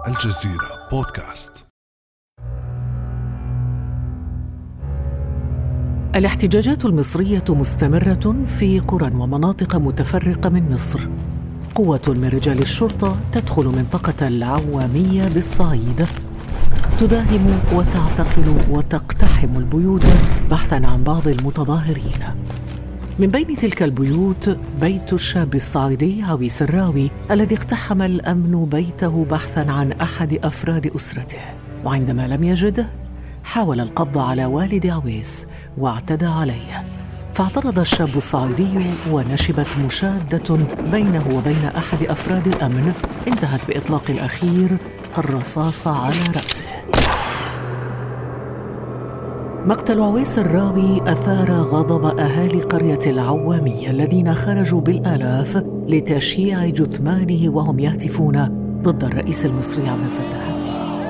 الجزيرة بودكاست. الاحتجاجات المصرية مستمرة في قرى ومناطق متفرقة من مصر. قوة من رجال الشرطة تدخل منطقة العوامية بالصعيد، تداهم وتعتقل وتقتحم البيوت بحثاً عن بعض المتظاهرين. من بين تلك البيوت بيت الشاب الصعيدي عويس الراوي الذي اقتحم الأمن بيته بحثاً عن أحد أفراد أسرته، وعندما لم يجده حاول القبض على والد عويس واعتدى عليه، فاعترض الشاب الصعيدي ونشبت مشادة بينه وبين أحد أفراد الأمن انتهت بإطلاق الأخير الرصاص على رأسه. مقتل عويس الراوي أثار غضب أهالي قرية العوامية الذين خرجوا بالآلاف لتشييع جثمانه وهم يهتفون ضد الرئيس المصري عبد الفتاح السيسي.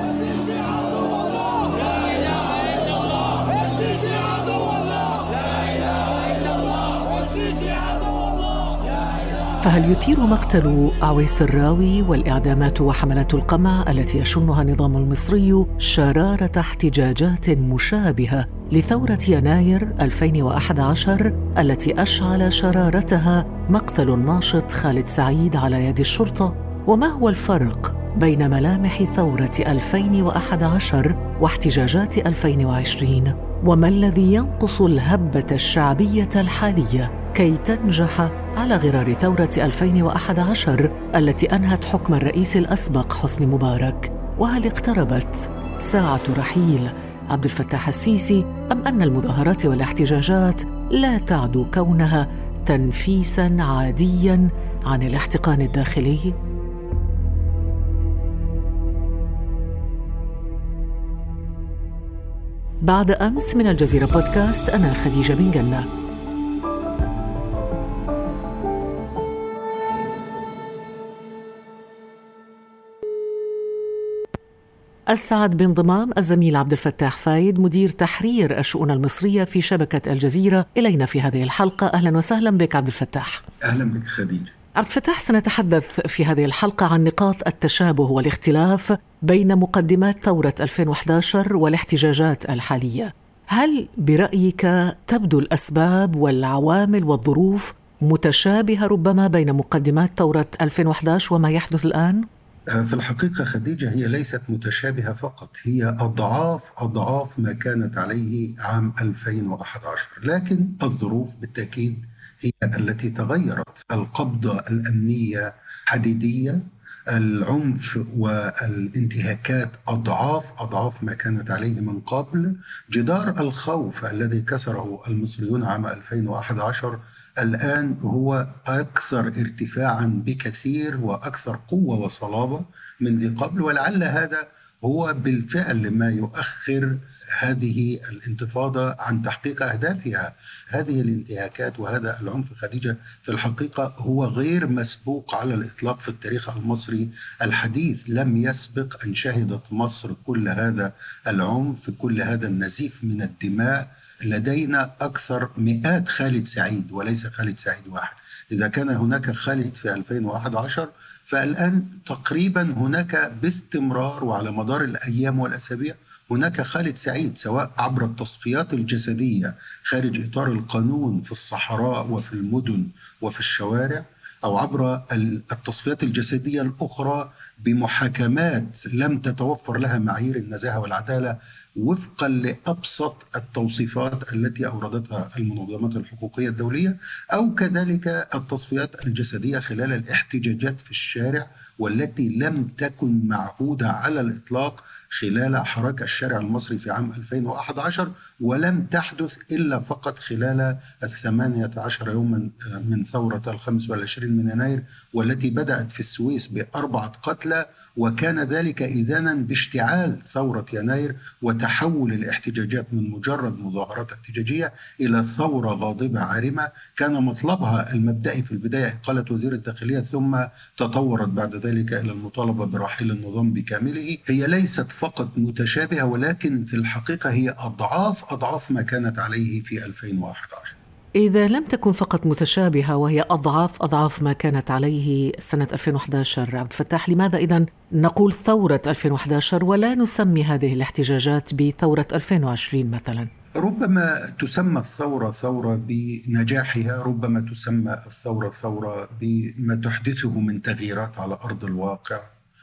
فهل يثير مقتل عويس الراوي والإعدامات وحملات القمع التي يشنها النظام المصري شرارة احتجاجات مشابهة لثورة يناير 2011 التي أشعل شرارتها مقتل الناشط خالد سعيد على يد الشرطة؟ وما هو الفرق بين ملامح ثورة 2011 واحتجاجات 2020؟ وما الذي ينقص الهبة الشعبية الحالية كي تنجح على غرار ثورة 2011 التي أنهت حكم الرئيس الأسبق حسني مبارك؟ وهل اقتربت ساعة رحيل عبد الفتاح السيسي أم أن المظاهرات والاحتجاجات لا تعدو كونها تنفيساً عادياً عن الاحتقان الداخلي؟ بعد أمس من الجزيرة بودكاست، أنا خديجة بن جنة. أسعد بانضمام الزميل عبد الفتاح فايد مدير تحرير الشؤون المصرية في شبكة الجزيرة إلينا في هذه الحلقة. أهلا وسهلا بك عبد الفتاح. أهلا بك خديجة. عبد الفتاح، سنتحدث في هذه الحلقة عن نقاط التشابه والاختلاف بين مقدمات ثورة 2011 والاحتجاجات الحالية. هل برأيك تبدو الأسباب والعوامل والظروف متشابهة ربما بين مقدمات ثورة 2011 وما يحدث الآن؟ في الحقيقة خديجة، هي ليست متشابهة فقط، هي أضعاف ما كانت عليه عام 2011، لكن الظروف بالتأكيد هي التي تغيرت. القبضة الأمنية حديدية، العنف والانتهاكات أضعاف ما كانت عليه من قبل. جدار الخوف الذي كسره المصريون عام 2011 الآن هو أكثر ارتفاعا بكثير وأكثر قوة وصلابة من ذي قبل، ولعل هذا هو بالفعل ما يؤخر هذه الانتفاضة عن تحقيق أهدافها. هذه الانتهاكات وهذا العنف خديجة في الحقيقة هو غير مسبوق على الإطلاق في التاريخ المصري الحديث. لم يسبق أن شهدت مصر كل هذا العنف، كل هذا النزيف من الدماء. لدينا أكثر مئات خالد سعيد وليس خالد سعيد واحد. إذا كان هناك خالد في 2011 فالآن تقريبا هناك باستمرار وعلى مدار الأيام والأسابيع هناك خالد سعيد، سواء عبر التصفيات الجسدية خارج إطار القانون في الصحراء وفي المدن وفي الشوارع، أو عبر التصفيات الجسدية الأخرى بمحاكمات لم تتوفر لها معايير النزاهة والعدالة وفقا لأبسط التوصيفات التي أوردتها المنظمات الحقوقية الدولية، أو كذلك التصفيات الجسدية خلال الاحتجاجات في الشارع والتي لم تكن معهودة على الإطلاق خلال حراك الشارع المصري في عام 2011، ولم تحدث إلا فقط خلال 18 يوما من ثورة 25 من يناير، والتي بدأت في السويس ب4 قتلى، وكان ذلك إذانا باشتعال ثورة يناير وتحول الاحتجاجات من مجرد مظاهرات احتجاجية إلى ثورة غاضبة عارمة كان مطلبها المبدئي في البداية إقالة وزير الداخلية، ثم تطورت بعد ذلك إلى المطالبة برحيل النظام بكامله. هي ليست فقط متشابهة، ولكن في الحقيقة هي أضعاف ما كانت عليه في 2011. إذا لم تكن فقط متشابهة وهي أضعاف ما كانت عليه سنة 2011 عبد الفتاح، لماذا إذن نقول ثورة 2011 ولا نسمي هذه الاحتجاجات بثورة 2020 مثلا؟ ربما تسمى الثورة ثورة بنجاحها، ربما تسمى الثورة ثورة بما تحدثه من تغييرات على أرض الواقع،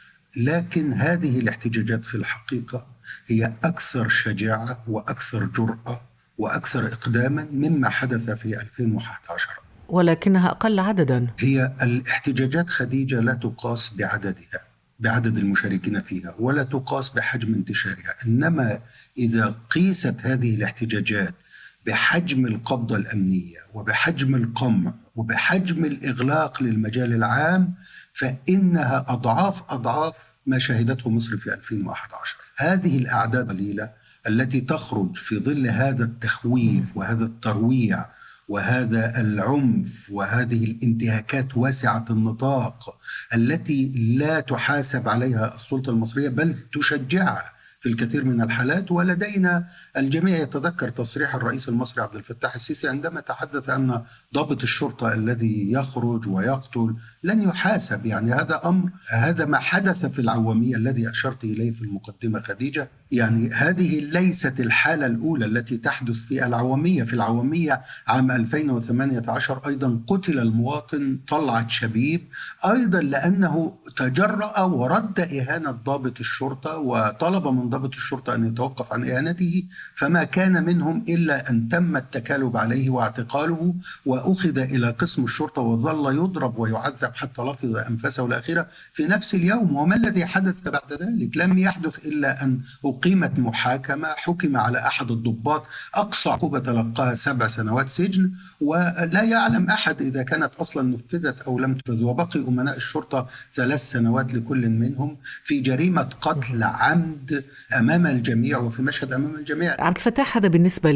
لكن هذه الاحتجاجات في الحقيقة هي أكثر شجاعة وأكثر جرأة وأكثر إقداما مما حدث في 2011، ولكنها أقل عددا. هي الاحتجاجات خديجة لا تقاس بعددها، بعدد المشاركين فيها، ولا تقاس بحجم انتشارها، إنما إذا قيست هذه الاحتجاجات بحجم القبضة الأمنية وبحجم القمع وبحجم الإغلاق للمجال العام فإنها أضعاف ما شهدته مصر في 2011. هذه الأعداد قليلة التي تخرج في ظل هذا التخويف وهذا الترويع وهذا العنف وهذه الانتهاكات واسعة النطاق التي لا تحاسب عليها السلطة المصرية بل تشجعها في الكثير من الحالات. ولدينا الجميع يتذكر تصريح الرئيس المصري عبد الفتاح السيسي عندما تحدث أن ضابط الشرطة الذي يخرج ويقتل لن يحاسب. يعني هذا ما حدث في العوامية الذي أشرت إليه في المقدمة خديجة. يعني هذه ليست الحالة الأولى التي تحدث في العوامية. في العوامية عام 2018 أيضا قتل المواطن طلعت شبيب أيضا لأنه تجرأ ورد إهانة ضابط الشرطة وطلب من ضابط الشرطة أن يتوقف عن إهانته، فما كان منهم إلا أن تم التكالب عليه واعتقاله وأخذ إلى قسم الشرطة وظل يضرب ويعذب حتى لفظ أنفاسه الأخيرة في نفس اليوم. وما الذي حدث بعد ذلك؟ لم يحدث إلا أن أقيمت محاكمة، حكم على أحد الضباط أقصى عقوبة تلقاها 7 سنوات سجن، ولا يعلم أحد إذا كانت أصلا نفذت أو لم تنفذ، وبقي أمناء الشرطة 3 سنوات لكل منهم في جريمة قتل عمد أمام الجميع وفي مشهد أمام الجميع. عبد الفتاح، هذا بالنسبة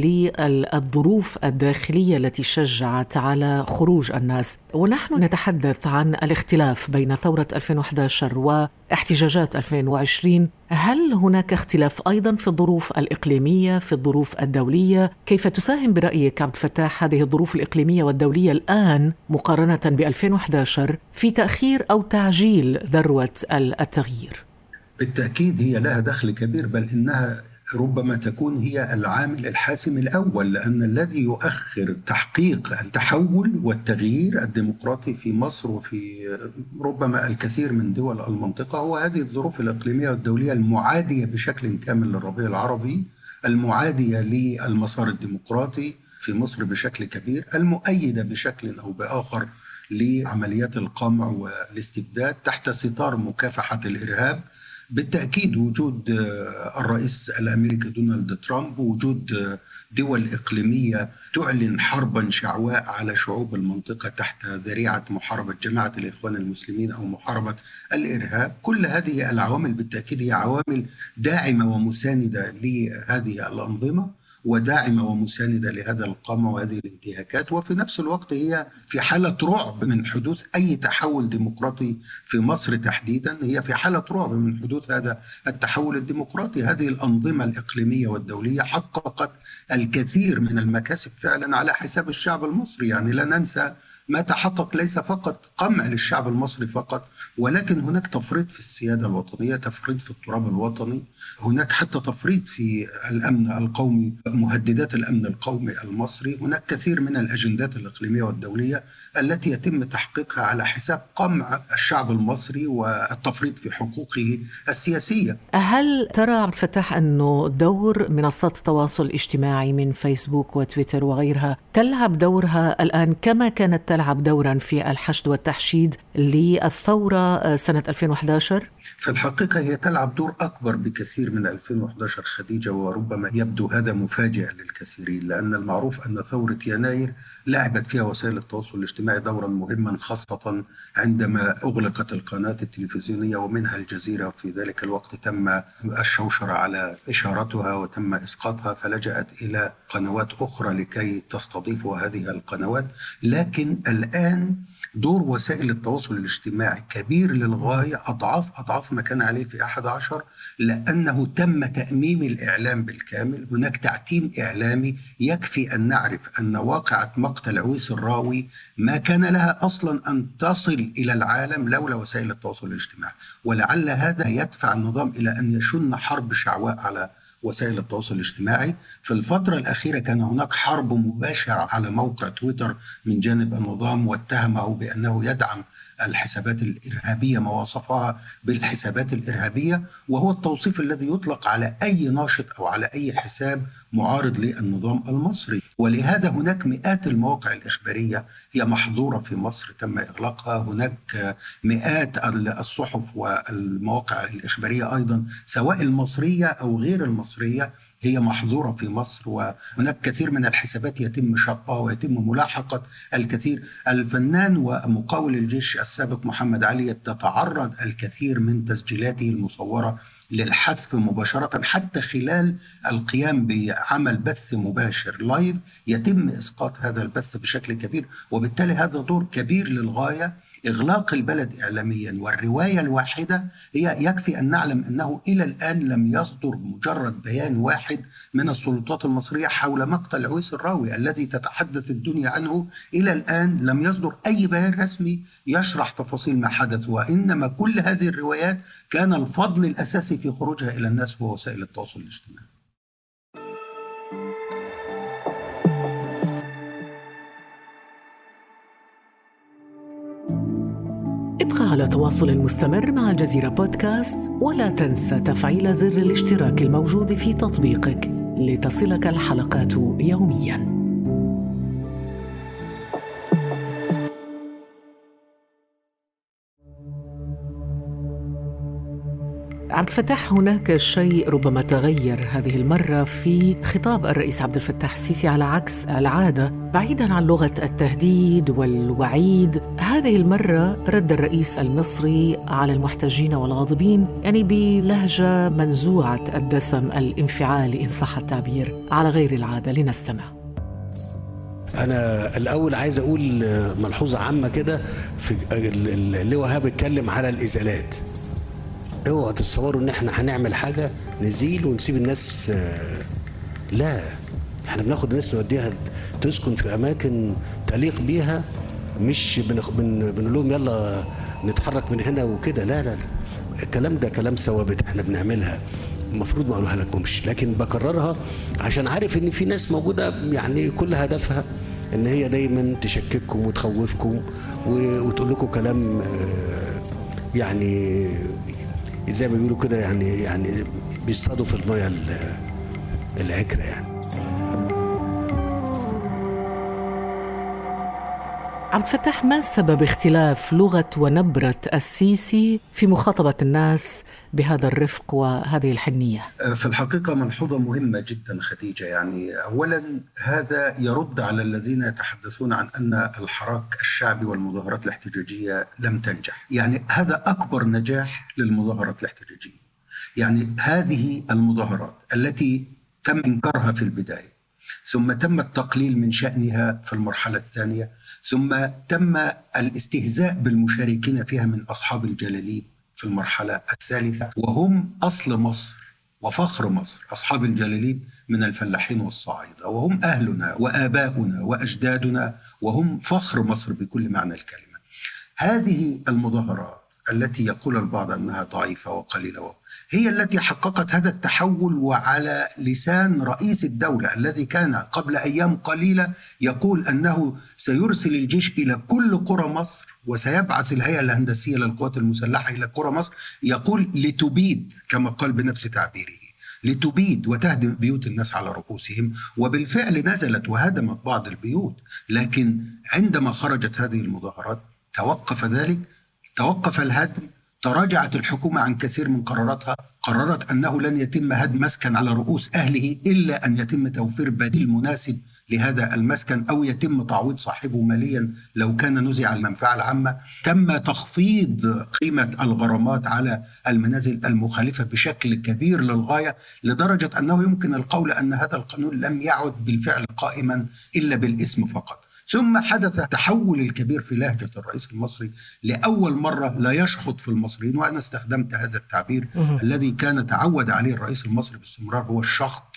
للظروف الداخلية التي شجعت على خروج الناس، ونحن نتحدث عن الاختلاف بين ثورة 2011 واحتجاجات 2020. هل هناك اختلاف أيضا في الظروف الإقليمية، في الظروف الدولية؟ كيف تساهم برأيك عبد الفتاح هذه الظروف الإقليمية والدولية الآن مقارنة ب2011 في تأخير أو تعجيل ذروة التغيير؟ بالتأكيد هي لها دخل كبير، بل إنها ربما تكون هي العامل الحاسم الأول، لأن الذي يؤخر تحقيق التحول والتغيير الديمقراطي في مصر وفي ربما الكثير من دول المنطقة هو هذه الظروف الإقليمية والدولية المعادية بشكل كامل للربيع العربي، المعادية للمسار الديمقراطي في مصر بشكل كبير، المؤيدة بشكل أو بآخر لعمليات القمع والاستبداد تحت ستار مكافحة الإرهاب. بالتأكيد وجود الرئيس الأمريكي دونالد ترامب، وجود دول إقليمية تعلن حربا شعواء على شعوب المنطقة تحت ذريعة محاربة جماعة الإخوان المسلمين أو محاربة الإرهاب، كل هذه العوامل بالتأكيد هي عوامل داعمة ومساندة لهذه الأنظمة وداعمة ومساندة لهذا القمع وهذه الانتهاكات، وفي نفس الوقت هي في حالة رعب من حدوث أي تحول ديمقراطي في مصر تحديدا. هي في حالة رعب من حدوث هذا التحول الديمقراطي. هذه الأنظمة الإقليمية والدولية حققت الكثير من المكاسب فعلا على حساب الشعب المصري. يعني لا ننسى ما تحقق ليس فقط قمع للشعب المصري فقط، ولكن هناك تفريط في السيادة الوطنية، تفريط في التراب الوطني، هناك حتى تفريط في الأمن القومي، مهددات الأمن القومي المصري، هناك كثير من الأجندات الإقليمية والدولية التي يتم تحقيقها على حساب قمع الشعب المصري والتفريط في حقوقه السياسية. هل ترى عبد الفتاح أنه دور منصات التواصل الاجتماعي من فيسبوك وتويتر وغيرها تلعب دورها الآن كما كانت تلعب دورا في الحشد والتحشيد للثورة سنة 2011؟ في الحقيقة هي تلعب دور أكبر بكثير من 2011 خديجة، وربما يبدو هذا مفاجئ للكثيرين، لأن المعروف أن ثورة يناير لعبت فيها وسائل التواصل الاجتماعي دورا مهما، خاصة عندما أغلقت القناة التلفزيونية ومنها الجزيرة. في ذلك الوقت تم الشوشرة على إشارتها وتم إسقاطها، فلجأت إلى قنوات أخرى لكي تستضيف هذه القنوات. لكن الآن دور وسائل التواصل الاجتماعي كبير للغاية، أضعاف ما كان عليه في 11، لأنه تم تأميم الإعلام بالكامل. هناك تعتيم إعلامي يكفي أن نعرف أن واقعة مقتل عويس الراوي ما كان لها أصلا أن تصل إلى العالم لولا وسائل التواصل الاجتماعي، ولعل هذا يدفع النظام إلى أن يشن حرب شعواء على وسائل التواصل الاجتماعي. في الفترة الأخيرة كان هناك حرب مباشرة على موقع تويتر من جانب النظام، واتهمه بأنه يدعم الحسابات الإرهابية، ما وصفها بالحسابات الإرهابية، وهو التوصيف الذي يطلق على أي ناشط أو على أي حساب معارض للنظام المصري. ولهذا هناك مئات المواقع الإخبارية هي محظورة في مصر تم إغلاقها. هناك مئات الصحف والمواقع الإخبارية أيضا سواء المصرية أو غير المصرية هي محظورة في مصر، وهناك كثير من الحسابات يتم شقها ويتم ملاحقة الكثير. الفنان ومقاول الجيش السابق محمد علي تتعرض الكثير من تسجيلاته المصورة للحذف مباشرة، حتى خلال القيام بعمل بث مباشر لايف يتم إسقاط هذا البث بشكل كبير. وبالتالي هذا دور كبير للغاية. إغلاق البلد إعلاميا والرواية الواحدة هي يكفي أن نعلم أنه إلى الآن لم يصدر مجرد بيان واحد من السلطات المصرية حول مقتل عويس الراوي الذي تتحدث الدنيا عنه. إلى الآن لم يصدر أي بيان رسمي يشرح تفاصيل ما حدث، وإنما كل هذه الروايات كان الفضل الأساسي في خروجها إلى الناس هو وسائل التواصل الاجتماعي. ابقى على تواصل مستمر مع الجزيرة بودكاست، ولا تنسى تفعيل زر الاشتراك الموجود في تطبيقك لتصلك الحلقات يومياً. عبد الفتاح، هناك شيء ربما تغير هذه المرة في خطاب الرئيس عبد الفتاح السيسي على عكس العادة. بعيداً عن لغة التهديد والوعيد، هذه المرة رد الرئيس المصري على المحتجين والغاضبين يعني بلهجة منزوعة الدسم الانفعالي إن صح التعبير، على غير العادة. لنستمع. أنا الأول عايز أقول ملحوظة عامة كده. في اللي هو بيتكلم على الإزالات، اوعوا تتصوروا ان احنا هنعمل حاجه نزيل ونسيب الناس. لا، احنا بناخد الناس نوديها تسكن في اماكن تليق بيها، مش بنقول لهم يلا نتحرك من هنا وكده. لا لا لا، الكلام ده كلام ثوابت احنا بنعملها، المفروض ما اقولها لكمش، لكن بكررها عشان عارف ان في ناس موجوده يعني كل هدفها ان هي دايما تشكككم وتخوفكم وتقول لكم كلام يعني زي ما بيقولوا كده، يعني بيصطادوا في المياه العكرة يعني. عبد الفتاح، ما سبب اختلاف لغة ونبرة السيسي في مخاطبة الناس بهذا الرفق وهذه الحنية؟ في الحقيقة ملحوظة مهمة جدا خديجة. يعني أولا هذا يرد على الذين يتحدثون عن أن الحراك الشعبي والمظاهرات الاحتجاجية لم تنجح. يعني هذا أكبر نجاح للمظاهرات الاحتجاجية. يعني هذه المظاهرات التي تم إنكارها في البداية، ثم تم التقليل من شأنها في المرحلة الثانية، ثم تم الاستهزاء بالمشاركين فيها من أصحاب الجلاليب في المرحلة الثالثة، وهم أصل مصر وفخر مصر. أصحاب الجلاليب من الفلاحين والصعايدة، وهم أهلنا وآباؤنا وأجدادنا، وهم فخر مصر بكل معنى الكلمة. هذه المظاهرات التي يقول البعض أنها ضعيفة وقليلة هي التي حققت هذا التحول، وعلى لسان رئيس الدولة الذي كان قبل أيام قليلة يقول أنه سيرسل الجيش إلى كل قرى مصر وسيبعث الهيئة الهندسية للقوات المسلحة إلى قرى مصر، يقول لتبيد، كما قال بنفس تعبيره، لتبيد وتهدم بيوت الناس على رؤوسهم. وبالفعل نزلت وهدمت بعض البيوت، لكن عندما خرجت هذه المظاهرات توقف ذلك، توقف الهدم. تراجعت الحكومة عن كثير من قراراتها، قررت أنه لن يتم هدم مسكن على رؤوس أهله إلا أن يتم توفير بديل مناسب لهذا المسكن أو يتم تعويض صاحبه ماليا لو كان نزع المنفعة العامة. تم تخفيض قيمة الغرامات على المنازل المخالفة بشكل كبير للغاية، لدرجة أنه يمكن القول أن هذا القانون لم يعد بالفعل قائما إلا بالاسم فقط. ثم حدث تحول الكبير في لهجة الرئيس المصري لأول مرة لا يشخط في المصريين، وأنا استخدمت هذا التعبير الذي كان تعود عليه الرئيس المصري باستمرار، هو الشخط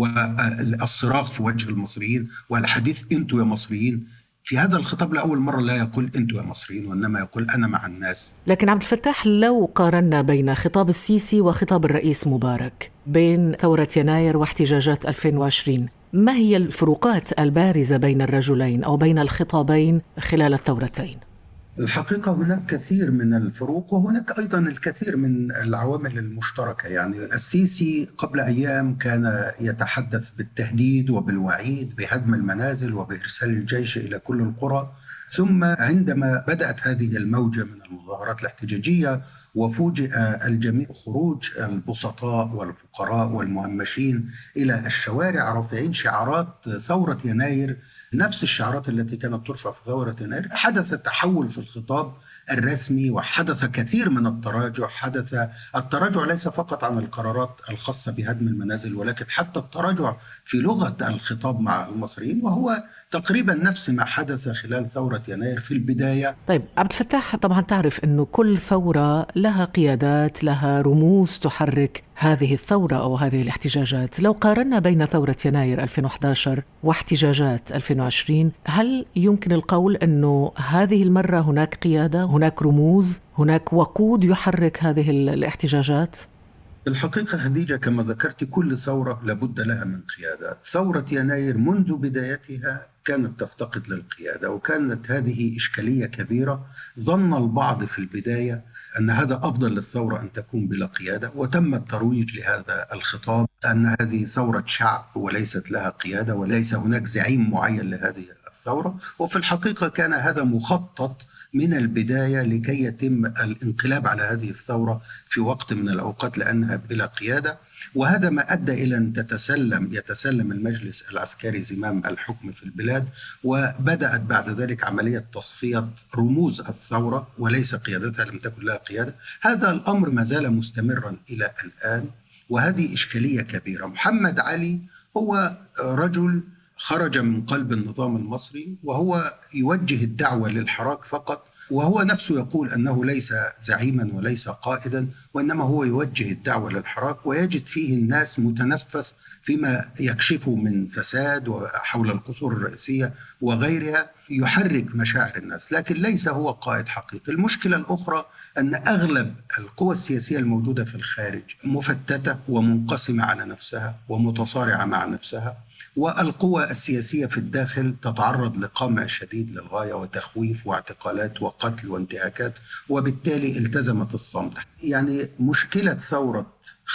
والصراخ في وجه المصريين والحديث أنتوا يا مصريين. في هذا الخطاب لأول مرة لا يقول أنتوا يا مصريين، وإنما يقول أنا مع الناس. لكن عبد الفتاح، لو قارنا بين خطاب السيسي وخطاب الرئيس مبارك، بين ثورة يناير واحتجاجات 2020، ما هي الفروقات البارزة بين الرجلين أو بين الخطابين خلال الثورتين؟ الحقيقة هناك كثير من الفروق، وهناك أيضا الكثير من العوامل المشتركة. يعني السيسي قبل أيام كان يتحدث بالتهديد وبالوعيد بهدم المنازل وبإرسال الجيش إلى كل القرى، ثم عندما بدأت هذه الموجة من المظاهرات الاحتجاجية وفوجئ الجميع خروج البسطاء والفقراء والمهمشين إلى الشوارع رافعين شعارات ثورة يناير، نفس الشعارات التي كانت ترفع في ثورة يناير، حدث تحول في الخطاب الرسمي وحدث كثير من التراجع. حدث التراجع ليس فقط عن القرارات الخاصة بهدم المنازل، ولكن حتى التراجع في لغة الخطاب مع المصريين، وهو تقريبا نفس ما حدث خلال ثورة يناير في البداية. طيب عبد الفتاح، طبعا تعرف أنه كل ثورة لها قيادات، لها رموز تحرك هذه الثورة أو هذه الاحتجاجات. لو قارنا بين ثورة يناير 2011 واحتجاجات 2020، هل يمكن القول أنه هذه المرة هناك قيادة، هناك رموز، هناك وقود يحرك هذه الاحتجاجات؟ الحقيقة خديجة، كما ذكرت، كل ثورة لابد لها من قيادات. ثورة يناير منذ بدايتها كانت تفتقد للقيادة، وكانت هذه إشكالية كبيرة. ظن البعض في البداية أن هذا أفضل للثورة أن تكون بلا قيادة، وتم الترويج لهذا الخطاب أن هذه ثورة شعب وليست لها قيادة وليس هناك زعيم معين لهذه الثورة. وفي الحقيقة كان هذا مخطط من البداية لكي يتم الانقلاب على هذه الثورة في وقت من الأوقات لأنها بلا قيادة، وهذا ما أدى إلى أن يتسلم المجلس العسكري زمام الحكم في البلاد، وبدأت بعد ذلك عملية تصفية رموز الثورة وليس قيادتها، لم تكن لها قيادة. هذا الأمر ما زال مستمرا إلى الآن، وهذه إشكالية كبيرة. محمد علي هو رجل خرج من قلب النظام المصري، وهو يوجه الدعوة للحراك فقط، وهو نفسه يقول أنه ليس زعيما وليس قائدا، وإنما هو يوجه الدعوة للحراك، ويجد فيه الناس متنفس فيما يكشفه من فساد وحول القصور الرئيسية وغيرها، يحرك مشاعر الناس، لكن ليس هو قائد حقيقي. المشكلة الأخرى أن أغلب القوى السياسية الموجودة في الخارج مفتتة ومنقسمة على نفسها ومتصارعة مع نفسها، والقوى السياسية في الداخل تتعرض لقمع شديد للغاية وتخويف واعتقالات وقتل وانتهاكات، وبالتالي التزمت الصمت. يعني مشكلة ثورة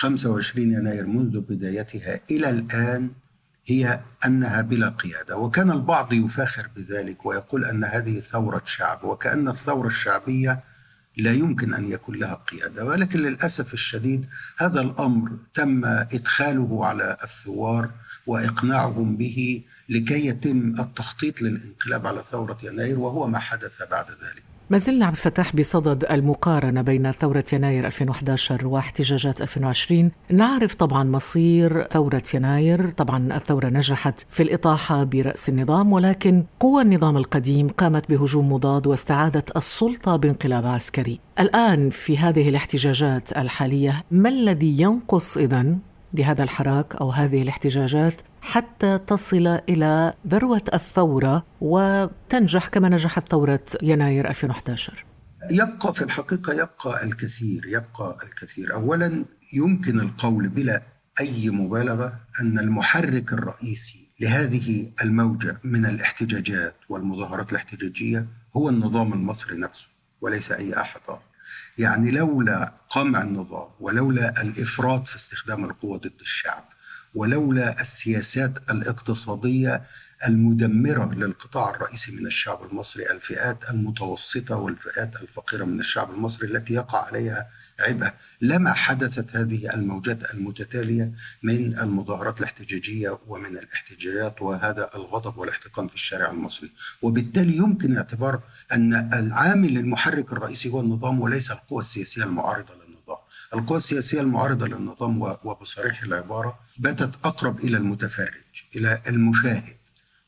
25 يناير منذ بدايتها إلى الآن هي أنها بلا قيادة، وكان البعض يفاخر بذلك ويقول أن هذه ثورة شعب، وكأن الثورة الشعبية لا يمكن أن يكون لها قيادة. ولكن للأسف الشديد هذا الأمر تم إدخاله على الثوار وإقناعهم به لكي يتم التخطيط للانقلاب على ثورة يناير، وهو ما حدث بعد ذلك. ما زلنا عبد الفتاح بصدد المقارنة بين ثورة يناير 2011 واحتجاجات 2020. نعرف طبعا مصير ثورة يناير، طبعا الثورة نجحت في الإطاحة برأس النظام، ولكن قوى النظام القديم قامت بهجوم مضاد واستعادت السلطة بانقلاب عسكري. الآن في هذه الاحتجاجات الحالية، ما الذي ينقص إذن لهذا الحراك أو هذه الاحتجاجات حتى تصل إلى ذروة الثورة وتنجح كما نجحت ثورة يناير 2011؟ يبقى في الحقيقة يبقى الكثير. أولا يمكن القول بلا أي مبالغة أن المحرك الرئيسي لهذه الموجة من الاحتجاجات والمظاهرات الاحتجاجية هو النظام المصري نفسه وليس أي أحد آخر. يعني لولا قمع النظام، ولولا الإفراط في استخدام القوة ضد الشعب، ولولا السياسات الاقتصادية المدمرة للقطاع الرئيسي من الشعب المصري، الفئات المتوسطة والفئات الفقيرة من الشعب المصري التي يقع عليها عبء، لما حدثت هذه الموجات المتتالية من المظاهرات الاحتجاجية ومن الاحتجاجات وهذا الغضب والاحتقان في الشارع المصري. وبالتالي يمكن اعتبار أن العامل المحرك الرئيسي هو النظام وليس القوى السياسية المعارضة للنظام. القوى السياسية المعارضة للنظام وبصريح العبارة باتت أقرب إلى المتفرج، إلى المشاهد،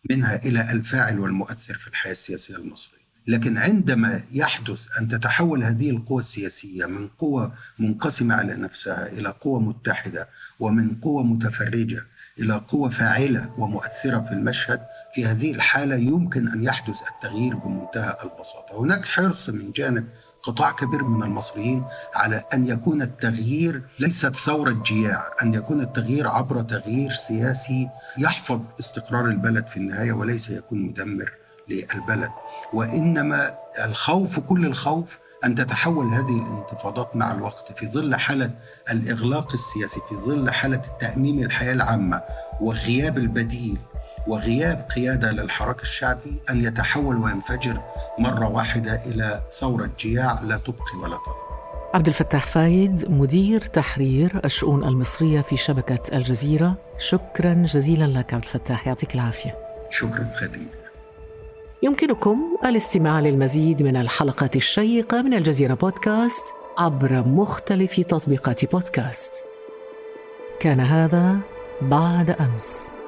منها إلى الفاعل والمؤثر في الحياة السياسية المصرية. لكن عندما يحدث أن تتحول هذه القوى السياسية من قوى منقسمة على نفسها إلى قوى متحدة، ومن قوى متفرجة إلى قوى فاعلة ومؤثرة في المشهد، في هذه الحالة يمكن أن يحدث التغيير بمنتهى البساطة. هناك حرص من جانب قطاع كبير من المصريين على أن يكون التغيير ليست ثورة جياع، أن يكون التغيير عبر تغيير سياسي يحفظ استقرار البلد في النهاية وليس يكون مدمر للبلد. وإنما الخوف، كل الخوف، أن تتحول هذه الانتفاضات مع الوقت في ظل حالة الإغلاق السياسي، في ظل حالة التأميم الحياة العامة وغياب البديل وغياب قيادة للحراك الشعبي، أن يتحول وينفجر مرة واحدة إلى ثورة جياع لا تبقي ولا تضر. عبد الفتاح فايد، مدير تحرير الشؤون المصرية في شبكة الجزيرة، شكرا جزيلا لك عبد الفتاح، يعطيك العافية. شكرا خادم. يمكنكم الاستماع للمزيد من الحلقات الشيقة من الجزيرة بودكاست عبر مختلف تطبيقات بودكاست. كان هذا بعد أمس.